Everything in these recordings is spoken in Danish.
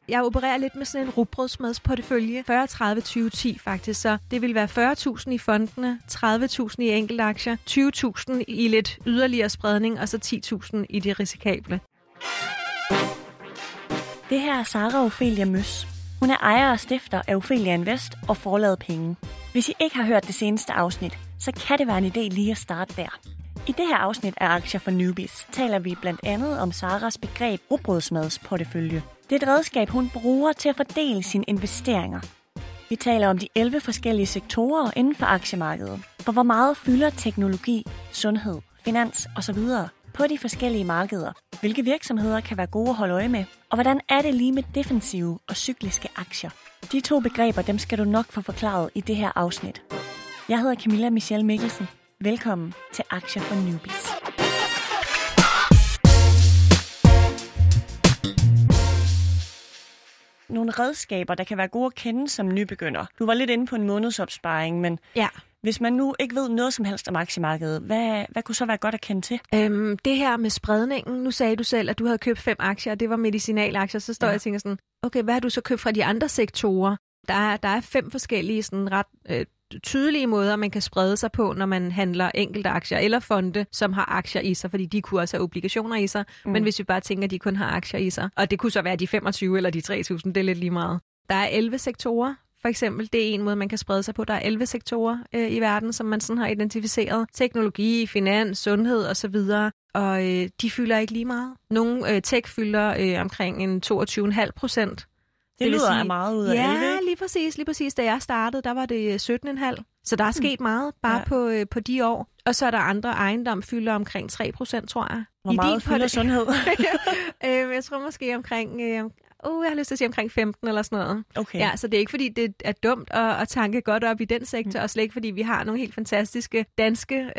Jeg opererer lidt med sådan en rugbrødsmadsportefølje. 40-30-20-10 faktisk, så det vil være 40.000 i fondene, 30.000 i enkeltaktier, 20.000 i lidt yderligere spredning, og så 10.000 i de risikable. Det her er Sara Ophelia Møs. Hun er ejer og stifter af Ophelia Invest og Forlaget Penge. Hvis I ikke har hørt det seneste afsnit, så kan det være en idé lige at starte der. I det her afsnit af Aktier for Newbies taler vi blandt andet om Saras begreb rugbrødsmadsportefølje. Det er et redskab, hun bruger til at fordele sine investeringer. Vi taler om de 11 forskellige sektorer inden for aktiemarkedet. For hvor meget fylder teknologi, sundhed, finans osv. på de forskellige markeder? Hvilke virksomheder kan være gode at holde øje med? Og hvordan er det lige med defensive og cykliske aktier? De to begreber, dem skal du nok få forklaret i det her afsnit. Jeg hedder Camilla Michelle Mikkelsen. Velkommen til Aktier for Newbies. Nogle redskaber, der kan være gode at kende som nybegynder. Du var lidt inde på en månedsopsparing, men hvis man nu ikke ved noget som helst om aktiemarkedet, hvad kunne så være godt at kende til? Det her med spredningen, nu sagde du selv, at du havde købt 5 aktier, og det var medicinalaktier, så står jeg og tænker sådan, okay, hvad har du så købt fra de andre sektorer? Der er 5 forskellige sådan ret tydelige måder, man kan sprede sig på, når man handler enkelte aktier eller fonde, som har aktier i sig, fordi de kunne også have obligationer i sig, men hvis vi bare tænker, at de kun har aktier i sig, og det kunne så være de 25 eller de 3.000, det er lidt lige meget. Der er 11 sektorer, for eksempel, det er en måde, man kan sprede sig på. Der er 11 sektorer i verden, som man sådan har identificeret. Teknologi, finans, sundhed osv., og de fylder ikke lige meget. Nogle tech fylder omkring en 22,5%. Det lyder af meget ud af 11. Ja, lige præcis. Da jeg startede, der var det 17,5. Så der er sket meget bare på de år. Og så er der andre ejendom, fylder omkring 3%, tror jeg. Hvor meget fylder sundhed? Jeg tror måske omkring... jeg har lyst til at sige omkring 15 eller sådan noget. Okay. Ja, så det er ikke, fordi det er dumt at tanke godt op i den sektor, og slet ikke, fordi vi har nogle helt fantastiske danske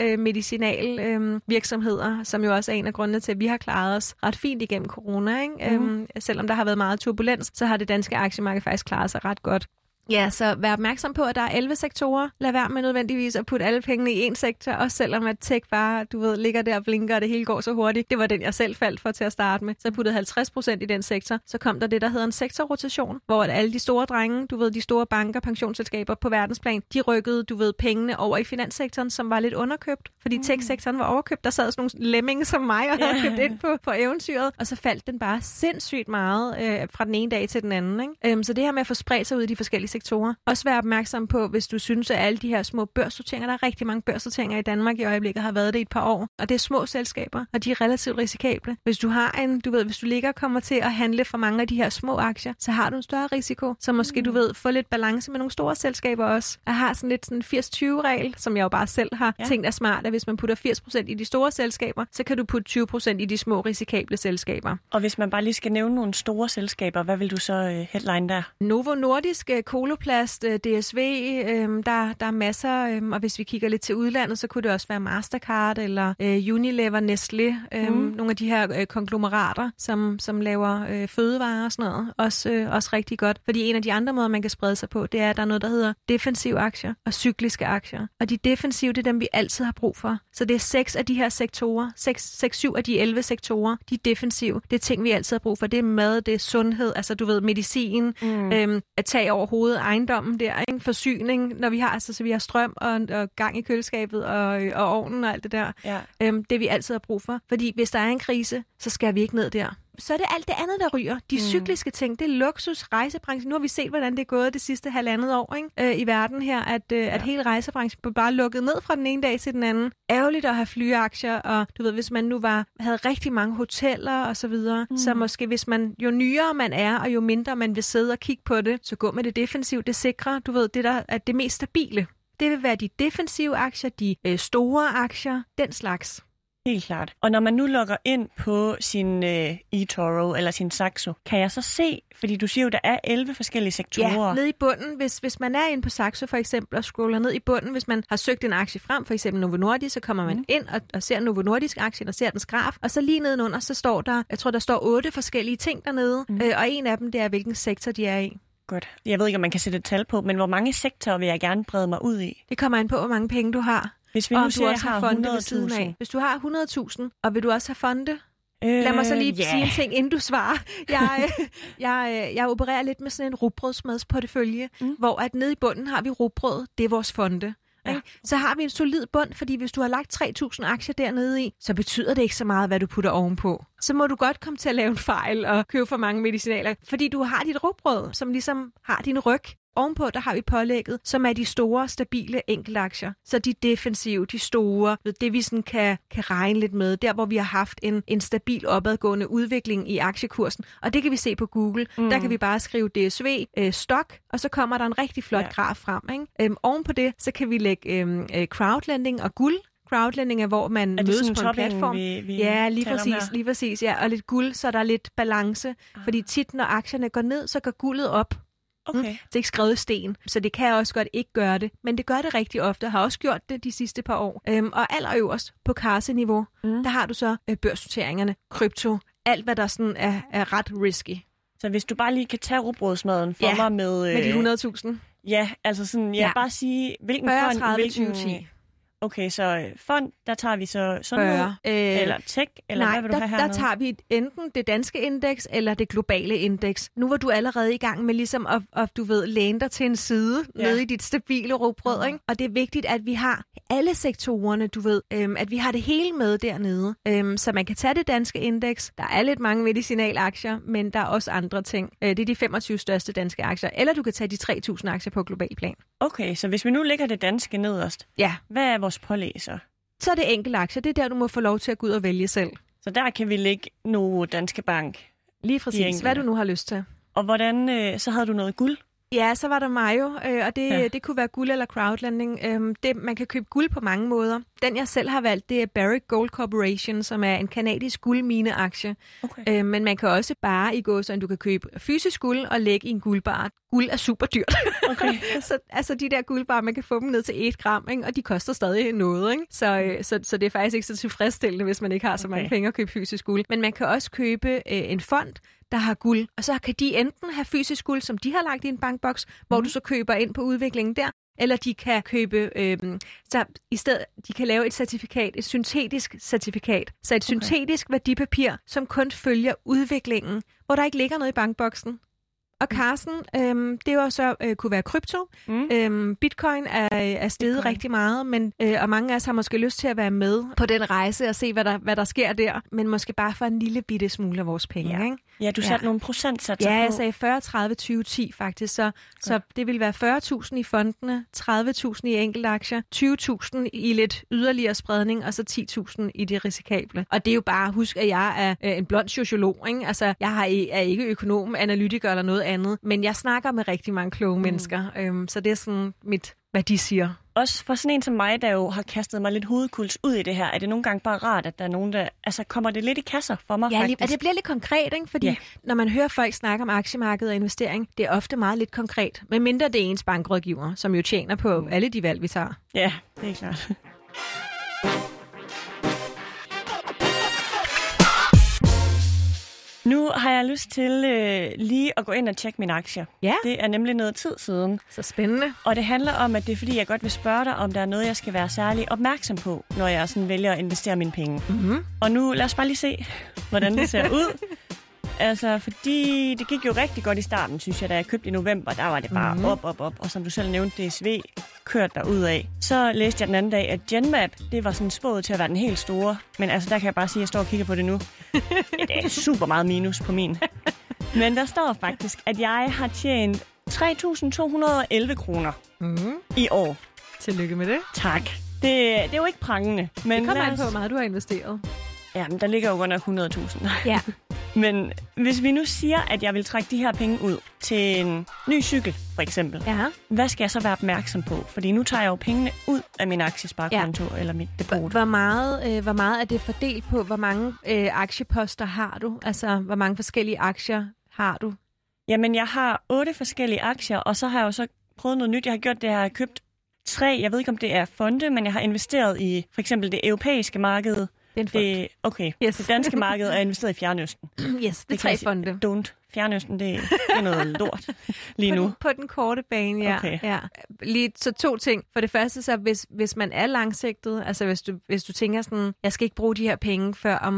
medicinalvirksomheder, som jo også er en af grundene til, at vi har klaret os ret fint igennem corona. Ikke? Selvom der har været meget turbulens, så har det danske aktiemarked faktisk klaret sig ret godt. Ja, så vær opmærksom på, at der er 11 sektorer. Lad være med nødvendigvis at putte alle pengene i én sektor, også selvom at tech bare, ligger der og blinker, og det hele går så hurtigt. Det var den, jeg selv faldt for til at starte med. Så jeg puttede 50% i den sektor. Så kom der det, der hedder en sektorrotation, hvor alle de store drenge, de store banker, pensionsselskaber på verdensplan, de rykkede, pengene over i finanssektoren, som var lidt underkøbt, fordi tech-sektoren var overkøbt. Der sad sådan nogle lemming som mig og havde købt ind på eventyret, og så faldt den bare sindssygt meget fra den ene dag til den anden. Ikke? Så det her med at få spredt sig ud i de forskellige sektorer. Også være opmærksom på, hvis du synes, at alle de her små børsnoteringer, der er rigtig mange børsnoteringer i Danmark i øjeblikket, har været det i et par år, og det er små selskaber, og de er relativt risikable. Hvis du har hvis du ligger og kommer til at handle for mange af de her små aktier, så har du en større risiko, så måske få lidt balance med nogle store selskaber også. Jeg har sådan lidt sådan en 80-20-regel, som jeg jo bare selv har tænkt er smart, at hvis man putter 80% i de store selskaber, så kan du putte 20% i de små risikable selskaber. Og hvis man bare lige skal nævne nogle store selskaber, hvad vil du så headline der? Novo Nordisk, Coloplast, DSV, der er masser, og hvis vi kigger lidt til udlandet, så kunne det også være Mastercard eller Unilever, Nestlé, nogle af de her konglomerater, som laver fødevarer og sådan noget, også rigtig godt. Fordi en af de andre måder, man kan sprede sig på, det er, at der er noget, der hedder defensive aktier og cykliske aktier. Og de defensive, det er dem, vi altid har brug for. Så det er 6 af de her sektorer, 6-7 af de 11 sektorer, de er defensive. Det er ting, vi altid har brug for. Det er mad, det er sundhed, altså medicin, at tage over hovedet, ejendommen der, ikke? Forsyning, når vi har, så vi har strøm og gang i køleskabet og ovnen og alt det der. Ja. Det vi altid har brug for. Fordi hvis der er en krise, så skal vi ikke ned der. Så er det alt det andet, der ryger. De cykliske ting, det er luksus, rejsebranchen. Nu har vi set, hvordan det er gået det sidste 1,5 år i verden her, at hele rejsebranchen blev bare lukket ned fra den ene dag til den anden. Ærgerligt at have flyaktier, og hvis man nu havde rigtig mange hoteller og så videre, så måske hvis man, jo nyere man er, og jo mindre man vil sidde og kigge på det, så gå med det defensivt, det sikrer, det der er det mest stabile. Det vil være de defensive aktier, de store aktier, den slags. Helt klart. Og når man nu logger ind på sin eToro eller sin Saxo, kan jeg så se, fordi du siger jo, der er 11 forskellige sektorer. Ja, nede i bunden. Hvis man er inde på Saxo for eksempel og scroller ned i bunden, hvis man har søgt en aktie frem, for eksempel Novo Nordisk, så kommer man ind og ser Novo Nordisk-aktien og ser dens graf, og så lige nedenunder, så står der, jeg tror, der står 8 forskellige ting dernede, og en af dem, det er, hvilken sektor de er i. Godt. Jeg ved ikke, om man kan sætte et tal på, men hvor mange sektorer vil jeg gerne brede mig ud i? Det kommer an på, hvor mange penge du har. Hvis vi nu siger, jeg har 100.000. Hvis du har 100.000, og vil du også have fonde? Lad mig så lige sige en ting, inden du svarer. Jeg opererer lidt med sådan en rugbrødsmadsportefølje, hvor at nede i bunden har vi rugbrød, det er vores fonde. Ja. Så har vi en solid bund, fordi hvis du har lagt 3.000 aktier dernede i, så betyder det ikke så meget, hvad du putter ovenpå. Så må du godt komme til at lave en fejl og købe for mange medicinaler, fordi du har dit rugbrød, som ligesom har din ryg. Ovenpå, der har vi pålægget, som er de store, stabile enkeltaktier. Så de defensive, de store, det vi sådan kan regne lidt med, der hvor vi har haft en stabil opadgående udvikling i aktiekursen. Og det kan vi se på Google. Der kan vi bare skrive DSV, stok, og så kommer der en rigtig flot graf frem. Ikke? Ovenpå det, så kan vi lægge crowdlending og guld. Crowdlending er, hvor man mødes på en platform. Ja, lige præcis. Ja. Og lidt guld, så der er lidt balance. Fordi tit, når aktierne går ned, så går guldet op. Okay. Det er ikke skrevet i sten, så det kan også godt ikke gøre det. Men det gør det rigtig ofte, og har også gjort det de sidste par år. Og allerøverst på Carse-niveau, der har du så børsnoteringerne, krypto, alt hvad der sådan er ret risky. Så hvis du bare lige kan tage rugbrødsmaden for mig med... de 100.000. Ja, altså sådan, bare sige, hvilken 40, fond... 30, hvilken... 20, 10. Okay, så fond, der tager vi så sundhed, eller tech, eller hvad vil du have hernede? Der tager vi enten det danske indeks, eller det globale indeks. Nu var du allerede i gang med ligesom at du ved, læne dig til en side nede i dit stabile rugbrød, ikke? Og det er vigtigt, at vi har alle sektorerne, du ved, at vi har det hele med dernede. Så man kan tage det danske indeks. Der er lidt mange medicinalaktier, men der er også andre ting. Det er de 25 største danske aktier. Eller du kan tage de 3.000 aktier på global plan. Okay, så hvis vi nu lægger det danske nederst, hvad er vores pålæser? Så er det enkelte aktier. Det er der, du må få lov til at gå ud og vælge selv. Så der kan vi lægge Novo Danske Bank. Lige præcis. Hvad du nu har lyst til. Og hvordan, så havde du noget guld? Ja, så var der Mayo, og det kunne være guld eller crowdlending. Man kan købe guld på mange måder. Den, jeg selv har valgt, det er Barrick Gold Corporation, som er en kanadisk guldmineaktie. Okay. Men man kan også bare i gå, så du kan købe fysisk guld og lægge i en guldbar. Guld er super dyrt. Okay. så de der guldbarer, man kan få dem ned til 1 gram, ikke? Og de koster stadig noget. Ikke? Så det er faktisk ikke så tilfredsstillende, hvis man ikke har så mange penge at købe fysisk guld. Men man kan også købe en fond, der har guld. Og så kan de enten have fysisk guld, som de har lagt i en bankboks, hvor du så køber ind på udviklingen der, eller de kan købe, så i stedet, de kan lave et certifikat, et syntetisk certifikat. Så et syntetisk værdipapir, som kun følger udviklingen, hvor der ikke ligger noget i bankboksen. Og Carsten, det jo så kunne være krypto. Bitcoin er steget rigtig meget, men, og mange af os har måske lyst til at være med på den rejse og se, hvad der sker der. Men måske bare for en lille bitte smule af vores penge. Ja, ikke? Ja, du satte nogle procentsatser på. Ja, jeg sagde 40, 30, 20, 10 faktisk. Så det vil være 40.000 i fondene, 30.000 i enkeltaktier, 20.000 i lidt yderligere spredning, og så 10.000 i det risikable. Og det er jo bare, husk, at jeg er en blond sociolog. Ikke? Altså, jeg er ikke økonom, analytiker eller noget andet, men jeg snakker med rigtig mange kloge mennesker. Så det er sådan hvad de siger. Også for sådan en som mig, der jo har kastet mig lidt hovedkuls ud i det her, er det nogle gange bare rart, at der er nogen, der... Altså, kommer det lidt i kasser for mig, faktisk? Ja, det bliver lidt konkret, ikke? Fordi når man hører folk snakke om aktiemarkedet og investering, det er ofte meget lidt konkret. Men mindre det er ens bankrådgiver, som jo tjener på alle de valg, vi tager. Ja, det er klart. Nu har jeg lyst til lige at gå ind og tjekke mine aktier. Ja. Det er nemlig noget tid siden. Så spændende. Og det handler om, at det er fordi, jeg godt vil spørge dig, om der er noget, jeg skal være særlig opmærksom på, når jeg sådan vælger at investere mine penge. Mm-hmm. Og nu lad os bare lige se, hvordan det ser ud. Altså, fordi det gik jo rigtig godt i starten, synes jeg, da jeg købte i november, der var det bare op. Og som du selv nævnte, DSV kørt derudad. Så læste jeg den anden dag, at Genmap, det var sådan spået til at være den helt store. Men altså, der kan jeg bare sige, at jeg står og kigger på det nu. Ja, det er super meget minus på min. Men der står faktisk, at jeg har tjent 3.211 kroner i år. Tillykke med det. Tak. Det er jo ikke prangende. Men det kommer an på, hvor meget du har investeret. Ja, men der ligger jo godt nok 100.000. Ja. Men hvis vi nu siger, at jeg vil trække de her penge ud til en ny cykel, for eksempel. Ja. Hvad skal jeg så være opmærksom på? Fordi nu tager jeg jo pengene ud af min aktiesparekonto eller mit depot. Hvor meget er det fordelt på? Hvor mange aktieposter har du? Altså, hvor mange forskellige aktier har du? Jamen, jeg har 8 forskellige aktier, og så har jeg jo så prøvet noget nyt. Jeg har gjort det, jeg har købt 3. Jeg ved ikke, om det er fonde, men jeg har investeret i for eksempel det europæiske marked. Det danske marked er investeret i Fjernøsten. Yes, det er 3 fonde. Fjernøsten, det er noget lort lige nu. På den korte bane, ja. Okay. Ja. Lige så 2 ting. For det første, så hvis man er langsigtet, altså hvis du tænker sådan, jeg skal ikke bruge de her penge før om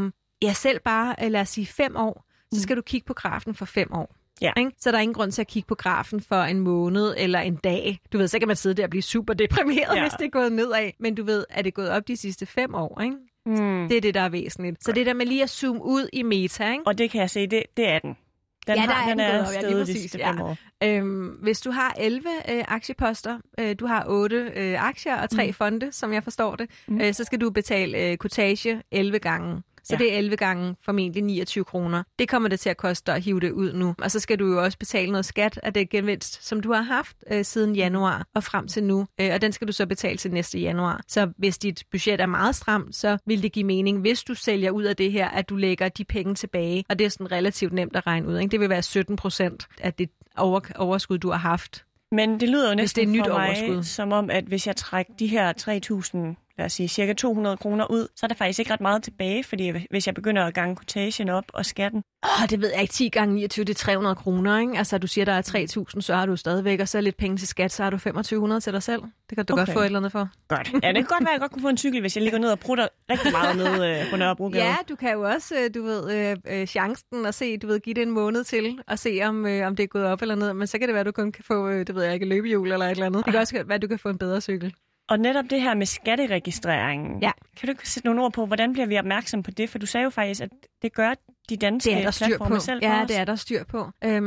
Ja, selv bare, lad os sige 5 år, så skal du kigge på grafen for 5 år. Ja. Ikke? Så der er ingen grund til at kigge på grafen for en måned eller en dag. Du ved, så kan man sidde der og blive super deprimeret, hvis det er gået nedad. Men du ved, er det gået op de sidste 5 år, ikke? Det er det, der er væsentligt. Så det der med lige at zoome ud i meta, ikke? Og det kan jeg se, det er den. Den er stedet de sidste 5 år. Hvis du har 11 aktieposter, du har 8 aktier og 3 fonde, som jeg forstår det, så skal du betale courtage 11 gange. Så det er 11 gange formentlig 29 kroner. Det kommer det til at koste at hive det ud nu. Og så skal du jo også betale noget skat af det gevinst, som du har haft siden januar og frem til nu. Og den skal du så betale til næste januar. Så hvis dit budget er meget stramt, så vil det give mening, hvis du sælger ud af det her, at du lægger de penge tilbage. Og det er sådan relativt nemt at regne ud. Ikke? Det vil være 17% af det overskud, du har haft. Men det lyder jo næsten for mig overskud. Som om, at hvis jeg trækker de her 3.000, lad os sige, cirka 200 kroner ud, så er der faktisk ikke ret meget tilbage, fordi hvis jeg begynder at gange quotation op og skatten. Det ved jeg ikke. 10 gange 29, det er 300 kroner, ikke? Altså, du siger, der er 3.000, så har du stadigvæk, og så lidt penge til skat, så har du 2.500 til dig selv. Det kan du godt få et eller andet for. Godt. Ja, det kan godt være, at jeg godt kunne få en cykel, hvis jeg lige går ned og prutter rigtig meget ned på Nørrebrogade. Ja, du kan jo også, chancen at se, give det en måned til, og se, om det er gået op eller ned. Men så kan det være, at du kun kan få, løbehjul eller et eller andet. Det kan også være, at du kan få en bedre cykel. Og netop det her med skatteregistreringen. Ja. Kan du ikke sætte nogle ord på, hvordan bliver vi opmærksom på det? For du sagde jo faktisk, at det gør de danske platforme selv for os. Ja, det er der styr på.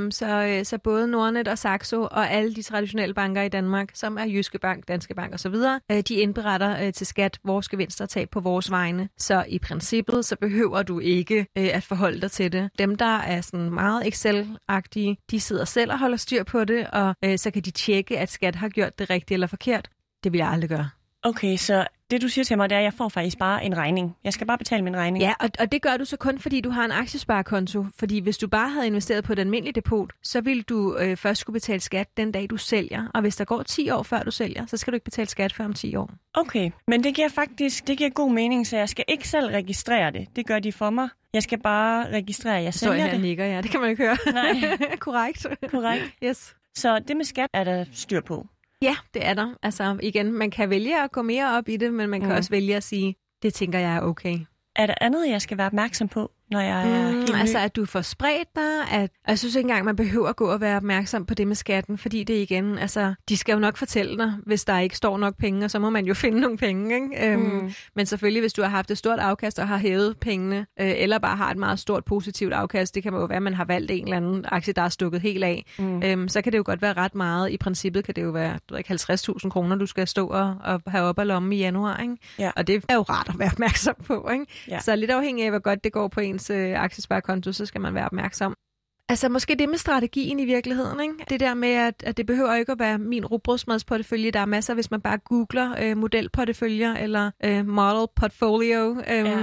Så både Nordnet og Saxo og alle de traditionelle banker i Danmark, som er Jyske Bank, Danske Bank osv., de indberetter til skat vores gevinster og tab på vores vegne. Så i princippet, så behøver du ikke at forholde dig til det. Dem, der er sådan meget Excel-agtige, de sidder selv og holder styr på det, og så kan de tjekke, at skat har gjort det rigtigt eller forkert. Det vil jeg aldrig gøre. Okay, så det du siger til mig, det er, at jeg får faktisk bare en regning. Jeg skal bare betale min regning. Ja, og det gør du så kun, fordi du har en aktiesparekonto. Fordi hvis du bare havde investeret på et almindeligt depot, så ville du først skulle betale skat den dag, du sælger. Og hvis der går 10 år, før du sælger, så skal du ikke betale skat før om 10 år. Okay, men det giver god mening, så jeg skal ikke selv registrere det. Det gør de for mig. Jeg skal bare registrere, at jeg sælger det. Så jeg nikker, ja. Det kan man ikke høre. Nej. Korrekt. Yes. Så det med skat er der styr på. Ja, det er der. Altså igen, man kan vælge at gå mere op i det, men man kan også vælge at sige, det tænker jeg er okay. Er der andet, jeg skal være opmærksom på, når jeg er helt ny? Altså, at du får spredt dig. Jeg synes ikke engang, man behøver at gå og være opmærksom på det med skatten, fordi det igen, altså, de skal jo nok fortælle dig, hvis der ikke står nok penge, og så må man jo finde nogle penge. Ikke? Men selvfølgelig, hvis du har haft et stort afkast og har hævet pengene, eller bare har et meget stort positivt afkast, det kan jo være, at man har valgt en eller anden aktie, der er stukket helt af, så kan det jo godt være ret meget. I princippet kan det jo være 50.000 kroner, du skal stå og have op af lommen i januar. Ikke? Ja. Og det er jo rart at være opmærksom på. Ikke? Ja. Så lidt afhængig af, hvor godt det går på ens aktiesparekonto, så skal man være opmærksom. Altså måske det med strategien i virkeligheden, ikke? Det der med, at det behøver ikke at være min rugbrødsmadsportefølje. Der er masser, hvis man bare googler modelporteføljer eller model portfolio,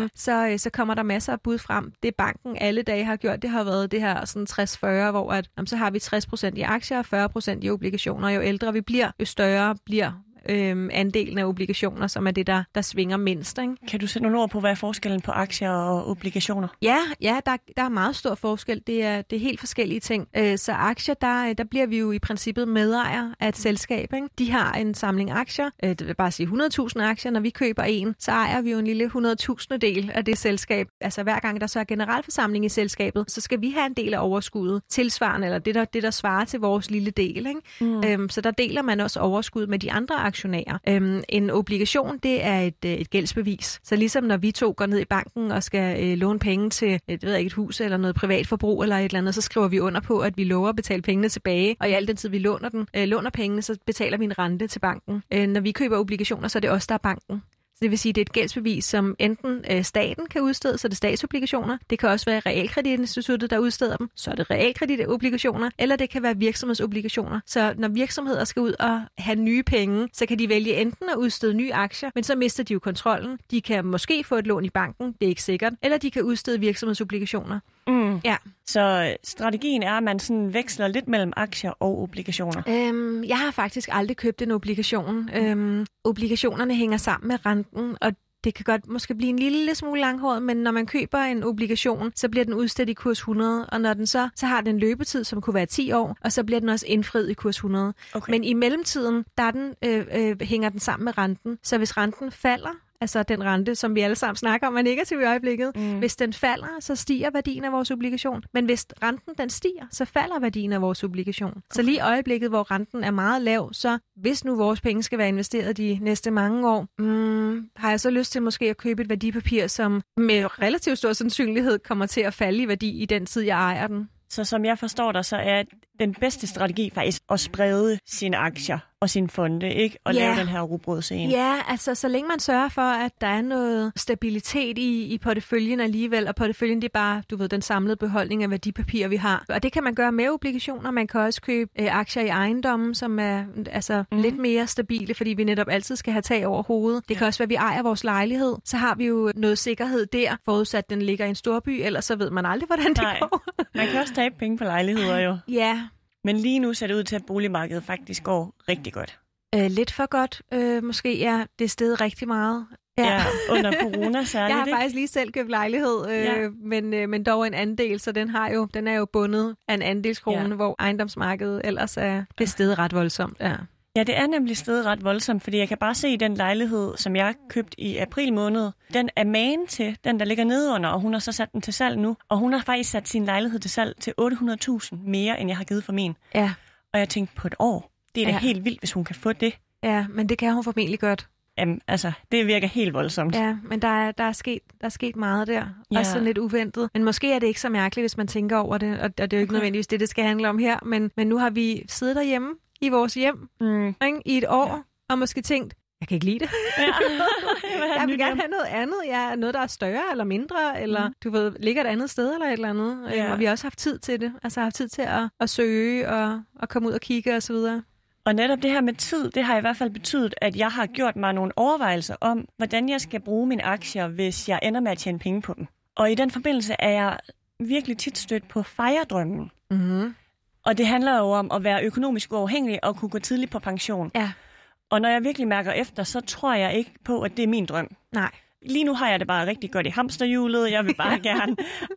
så kommer der masser af bud frem. Det banken alle dage har gjort, det har været det her sådan 60-40, hvor så har vi 60% i aktier og 40% i obligationer. Jo ældre vi bliver, jo større bliver andelen af obligationer, som er det, der svinger mindst. Ikke? Kan du sætte nogle ord på, hvad er forskellen på aktier og obligationer? Ja, der er meget stor forskel. Det er helt forskellige ting. Så aktier, der bliver vi jo i princippet medejer af et selskab. Ikke? De har en samling aktier. Det vil bare sige 100.000 aktier. Når vi køber en, så ejer vi jo en lille 100.000 del af det selskab. Altså hver gang der så er generalforsamling i selskabet, så skal vi have en del af overskuddet tilsvarende, eller det der svarer til vores lille del. Ikke? Så der deler man også overskud med de andre aktionærer. En obligation, det er et gældsbevis. Så ligesom når vi to går ned i banken og skal låne penge til et hus eller noget privat forbrug eller et eller andet, så skriver vi under på, at vi lover at betale pengene tilbage, og i al den tid vi låner pengene, så betaler vi en rente til banken. Når vi køber obligationer, så er det os, der er banken. Så det vil sige, at det er et gældsbevis, som enten staten kan udstede, så det er statsobligationer. Det kan også være realkreditinstituttet, der udsteder dem, så er det realkreditobligationer, eller det kan være virksomhedsobligationer. Så når virksomheder skal ud og have nye penge, så kan de vælge enten at udstede nye aktier, men så mister de jo kontrollen. De kan måske få et lån i banken, det er ikke sikkert, eller de kan udstede virksomhedsobligationer. Ja. Så strategien er, at man sådan veksler lidt mellem aktier og obligationer? Jeg har faktisk aldrig købt en obligation. Obligationerne hænger sammen med renten, og det kan godt måske blive en lille smule langhåret, men når man køber en obligation, så bliver den udstedt i kurs 100, og når den så har den løbetid, som kunne være 10 år, og så bliver den også indfriet i kurs 100. Okay. Men i mellemtiden, hænger den sammen med renten. Så hvis renten falder, altså den rente, som vi alle sammen snakker om, er negativ i øjeblikket. Hvis den falder, så stiger værdien af vores obligation. Men hvis renten den stiger, så falder værdien af vores obligation. Okay. Så lige i øjeblikket, hvor renten er meget lav, så hvis nu vores penge skal være investeret de næste mange år, har jeg så lyst til måske at købe et værdipapir, som med relativt stor sandsynlighed kommer til at falde i værdi i den tid, jeg ejer den. Så som jeg forstår dig, så er den bedste strategi faktisk at sprede sine aktier og sine fonde, ikke? Og lave den her rugbrødscene. Ja, altså så længe man sørger for, at der er noget stabilitet i porteføljen alligevel, og porteføljen det er bare, du ved, den samlede beholdning af værdipapirer, vi har. Og det kan man gøre med obligationer. Man kan også købe aktier i ejendommen, som er altså lidt mere stabile, fordi vi netop altid skal have tag over hovedet. Det kan også være, at vi ejer vores lejlighed. Så har vi jo noget sikkerhed der, forudsat den ligger i en storby, ellers så ved man aldrig, hvordan det går. Man kan også tabe penge på lejligheder jo. Ja. Men lige nu ser det ud til, at boligmarkedet faktisk går rigtig godt. Lidt for godt. Måske det er steget rigtig meget. Ja, under corona særligt. Jeg har faktisk lige selv købt lejlighed, men dog en andel, så den er jo bundet af en andelskrone, hvor ejendomsmarkedet ellers er det steget ret voldsomt. Ja. Ja, det er nemlig stedet ret voldsomt, fordi jeg kan bare se i den lejlighed, som jeg købte i april måned, den er magen til den, der ligger nedenunder, og hun har så sat den til salg nu. Og hun har faktisk sat sin lejlighed til salg til 800.000 mere, end jeg har givet for min. Ja. Og jeg tænkte på et år. Det er da helt vildt, hvis hun kan få det. Ja, men det kan hun formentlig godt. Jamen, altså, det virker helt voldsomt. Ja, men der er sket meget der. Også sådan lidt uventet. Men måske er det ikke så mærkeligt, hvis man tænker over det, og det er jo ikke nødvendigvis det skal handle om her. Men nu har vi siddet derhjemme i vores hjem i et år, og måske tænkt, jeg kan ikke lide det. Jeg vil gerne have noget andet. Ja, noget, der er større eller mindre, eller du ved, ligger et andet sted eller et eller andet. Ja. Og vi har også haft tid til det. Altså haft tid til at søge og komme ud og kigge og så videre. Og netop det her med tid, det har i hvert fald betydet, at jeg har gjort mig nogle overvejelser om, hvordan jeg skal bruge mine aktier, hvis jeg ender med at tjene penge på dem. Og i den forbindelse er jeg virkelig tit stødt på fejredrømmen. Mm-hmm. Og det handler jo om at være økonomisk uafhængig og kunne gå tidligt på pension. Ja. Og når jeg virkelig mærker efter, så tror jeg ikke på, at det er min drøm. Nej. Lige nu har jeg det bare rigtig godt i hamsterhjulet. Jeg vil bare gerne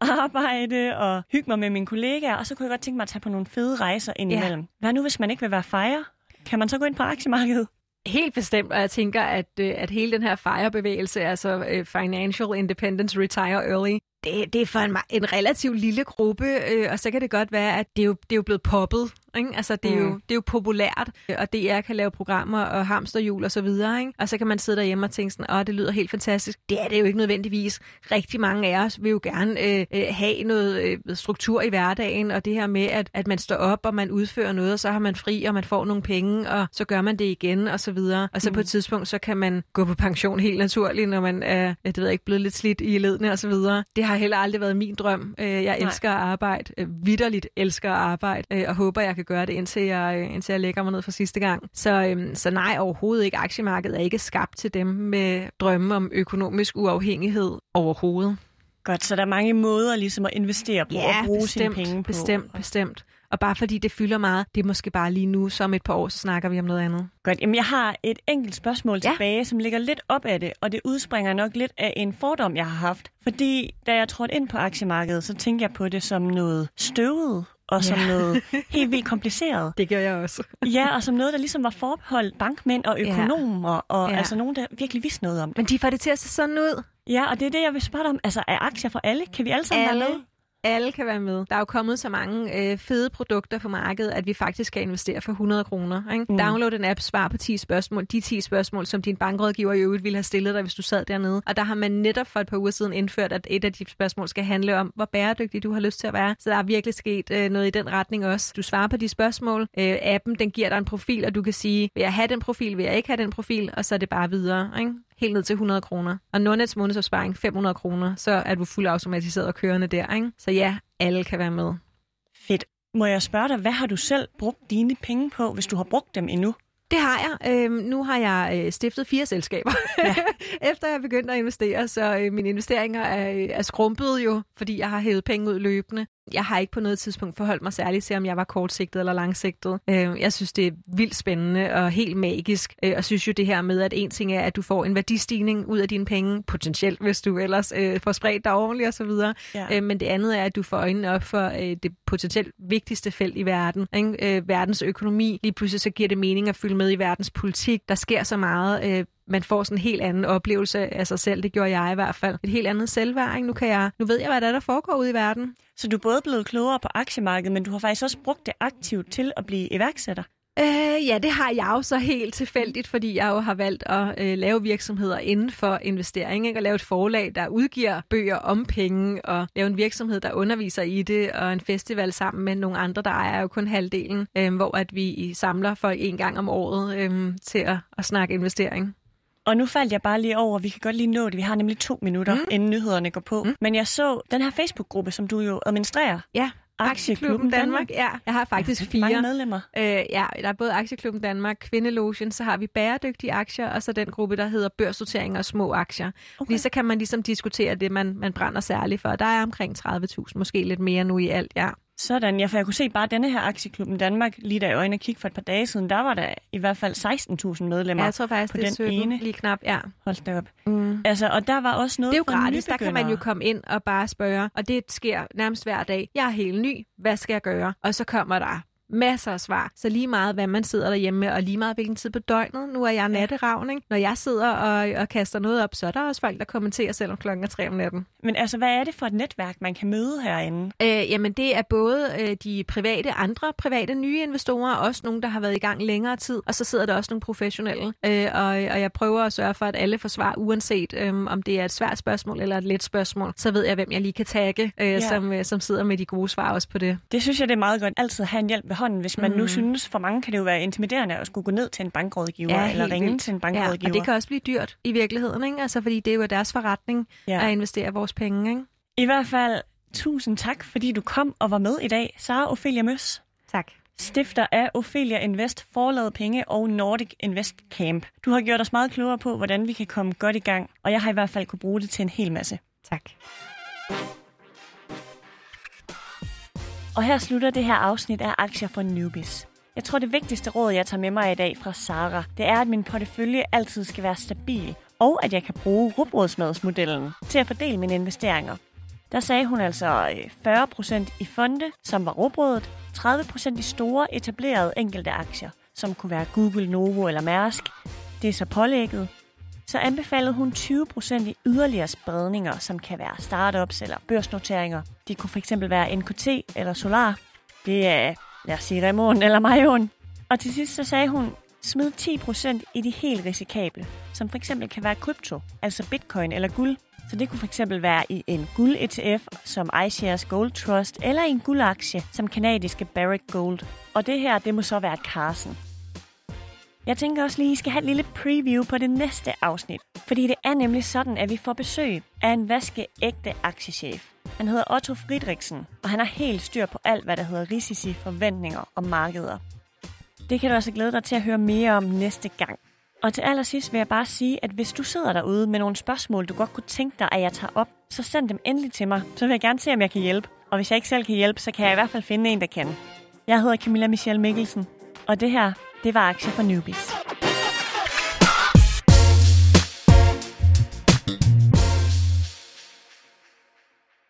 arbejde og hygge mig med mine kollegaer. Og så kunne jeg godt tænke mig at tage på nogle fede rejser indimellem. Ja. Hvad nu, hvis man ikke vil være fejre? Kan man så gå ind på aktiemarkedet? Helt bestemt, og jeg tænker, at hele den her FIRE-bevægelse, altså Financial Independence Retire Early, det er for en relativt lille gruppe, og så kan det godt være, at det er jo blevet poppet. Ikke? Altså, det er jo populært, og DR kan lave programmer og hamsterhjul og så videre. Ikke? Og så kan man sidde derhjemme og tænke sådan, det lyder helt fantastisk. Det er det jo ikke nødvendigvis. Rigtig mange af os vil jo gerne have noget struktur i hverdagen, og det her med, at man står op, og man udfører noget, og så har man fri, og man får nogle penge, og så gør man det igen, og så videre. Og så på et tidspunkt, så kan man gå på pension helt naturligt, når man er, blevet lidt slidt i ledene og så videre. Det har heller aldrig været min drøm. Jeg elsker at arbejde, vitterligt elsker at arbejde, og håber, jeg kan gøre det, indtil jeg lægger mig ned for sidste gang. Så nej, overhovedet ikke. Aktiemarkedet er ikke skabt til dem med drømme om økonomisk uafhængighed overhovedet. Godt, så der er mange måder ligesom at investere på og bruge sine penge på. Bestemt. Og bare fordi det fylder meget, det er måske bare lige nu, som et par år, så snakker vi om noget andet. Godt, jamen jeg har et enkelt spørgsmål tilbage, som ligger lidt op af det, og det udspringer nok lidt af en fordom, jeg har haft. Fordi da jeg trådte ind på aktiemarkedet, så tænkte jeg på det som noget støvet, og som noget helt vildt kompliceret. Det gør jeg også. Ja, og som noget, der ligesom var forbeholdt bankmænd og økonomer, og altså nogen, der virkelig vidste noget om det. Men de får det til at se sådan ud. Ja, og det er det, jeg vil spørge dig om. Altså, er aktier for alle? Kan vi alle sammen være med? Alle kan være med. Der er jo kommet så mange fede produkter på markedet, at vi faktisk kan investere for 100 kroner. Download en app, svar på 10 spørgsmål. De 10 spørgsmål, som din bankrådgiver i øvrigt ville have stillet dig, hvis du sad dernede. Og der har man netop for et par uger siden indført, at et af de spørgsmål skal handle om, hvor bæredygtig du har lyst til at være. Så der er virkelig sket noget i den retning også. Du svarer på de spørgsmål. Appen, den giver dig en profil, og du kan sige, vil jeg have den profil, vil jeg ikke have den profil, og så er det bare videre. Helt ned til 100 kroner. Og Nordnets månedsopsparing 500 kroner, så er du fuldt automatiseret og kørende der. Ikke? Så ja, alle kan være med. Fedt. Må jeg spørge dig, hvad har du selv brugt dine penge på, hvis du har brugt dem endnu? Det har jeg. Nu har jeg stiftet 4 selskaber, efter jeg begyndte at investere, så mine investeringer er skrumpet jo, fordi jeg har hævet penge ud løbende. Jeg har ikke på noget tidspunkt forholdt mig særligt til, om jeg var kortsigtet eller langsigtet. Jeg synes, det er vildt spændende og helt magisk, og synes jo det her med, at en ting er, at du får en værdistigning ud af dine penge, potentielt, hvis du ellers får spredt dig ordentligt osv. Men det andet er, at du får øjnene op for det potentielt vigtigste felt i verden. Verdens økonomi. Lige pludselig så giver det mening at følge med i verdens politik. Der sker så meget man får sådan en helt anden oplevelse af sig selv. Det gjorde jeg i hvert fald. Et helt andet selvværd. Nu ved jeg, hvad der foregår ude i verden. Så du er både blevet klogere på aktiemarkedet, men du har faktisk også brugt det aktivt til at blive iværksætter? Ja, det har jeg jo så helt tilfældigt, fordi jeg jo har valgt at lave virksomheder inden for investering, ikke? Og lave et forlag, der udgiver bøger om penge, og lave en virksomhed, der underviser i det, og en festival sammen med nogle andre, der ejer jo kun halvdelen, hvor at vi samler folk en gang om året til at snakke investering. Og nu faldt jeg bare lige over, vi kan godt lige nå det. Vi har nemlig 2 minutter, inden nyhederne går på. Men jeg så den her Facebook-gruppe, som du jo administrerer. Ja. Aktieklubben Danmark. Ja, jeg har faktisk 4. Mange medlemmer. Ja, der er både Aktieklubben Danmark, Kvindelogen, så har vi bæredygtige aktier, og så den gruppe, der hedder børsnoteringer og små aktier. Okay. Fordi så kan man ligesom diskutere det, man brænder særligt for. Der er omkring 30.000, måske lidt mere nu i alt, ja. Sådan, ja, for jeg kunne se bare denne her Aktieklubben Danmark, lige da jeg øjne kigge for et par dage siden, der var der i hvert fald 16.000 medlemmer. Ja, jeg tror faktisk, det er 17, ene. Lige knap, ja. Hold da op. Altså, og der var også noget. Det er jo gratis, der kan man jo komme ind og bare spørge, og det sker nærmest hver dag. Jeg er helt ny, hvad skal jeg gøre? Og så kommer der masser af svar. Så lige meget, hvad man sidder derhjemme med, og lige meget, hvilken tid på døgnet. Nu er jeg natteravn, ikke? Når jeg sidder og kaster noget op, så er der også folk, der kommenterer, selvom klokken er 3 om natten. Men altså, hvad er det for et netværk, man kan møde herinde? Jamen, det er både de andre private nye investorer, også nogle, der har været i gang længere tid, og så sidder der også nogle professionelle. Og jeg prøver at sørge for, at alle får svar, uanset om det er et svært spørgsmål eller et let spørgsmål. Så ved jeg, hvem jeg lige kan tagge, som sidder med de gode svar også på det. Det synes jeg, det er meget godt. Altid have en hjælp ved hånden, hvis man nu synes, for mange kan det jo være intimiderende at skulle gå ned til en bankrådgiver, eller ringe vildt til en bankrådgiver. Ja, og det kan også blive dyrt i virkeligheden, ikke? Altså, fordi det er jo deres forretning at investere vores penge, ikke? I hvert fald, tusind tak, fordi du kom og var med i dag, Sara Ophelia Møs. Tak. Stifter af Ophelia Invest, Forlaget Penge og Nordic Invest Camp. Du har gjort os meget klogere på, hvordan vi kan komme godt i gang, og jeg har i hvert fald kunne bruge det til en hel masse. Tak. Og her slutter det her afsnit af Aktier for Newbies. Jeg tror, det vigtigste råd, jeg tager med mig i dag fra Sara, det er, at min portefølje altid skal være stabil, og at jeg kan bruge rugbrødsmadsmodellen til at fordele mine investeringer. Der sagde hun altså 40% i fonde, som var rugbrødet, 30% i store etablerede enkelte aktier, som kunne være Google, Novo eller Mærsk. Det er så pålægget. Så anbefalede hun 20% i yderligere spredninger, som kan være startups eller børsnoteringer. De kunne fx være NKT eller Solar. Det er, lad os sige, Remon eller Majon. Og til sidst så sagde hun, smid 10% i de helt risikable, som fx kan være krypto, altså bitcoin eller guld. Så det kunne fx være i en guld-ETF som iShares Gold Trust, eller i en guldaktie som kanadiske Barrick Gold. Og det her, det må så være Carson. Jeg tænker også lige, at I skal have et lille preview på det næste afsnit. Fordi det er nemlig sådan, at vi får besøg af en vaskeægte aktiechef. Han hedder Otto Friedrichsen, og han har helt styr på alt, hvad der hedder risici, forventninger og markeder. Det kan du også glæde dig til at høre mere om næste gang. Og til allersidst vil jeg bare sige, at hvis du sidder derude med nogle spørgsmål, du godt kunne tænke dig, at jeg tager op, så send dem endelig til mig. Så vil jeg gerne se, om jeg kan hjælpe. Og hvis jeg ikke selv kan hjælpe, så kan jeg i hvert fald finde en, der kan. Jeg hedder Camilla Michelle Mikkelsen, og det her, det var Aktier for Newbies.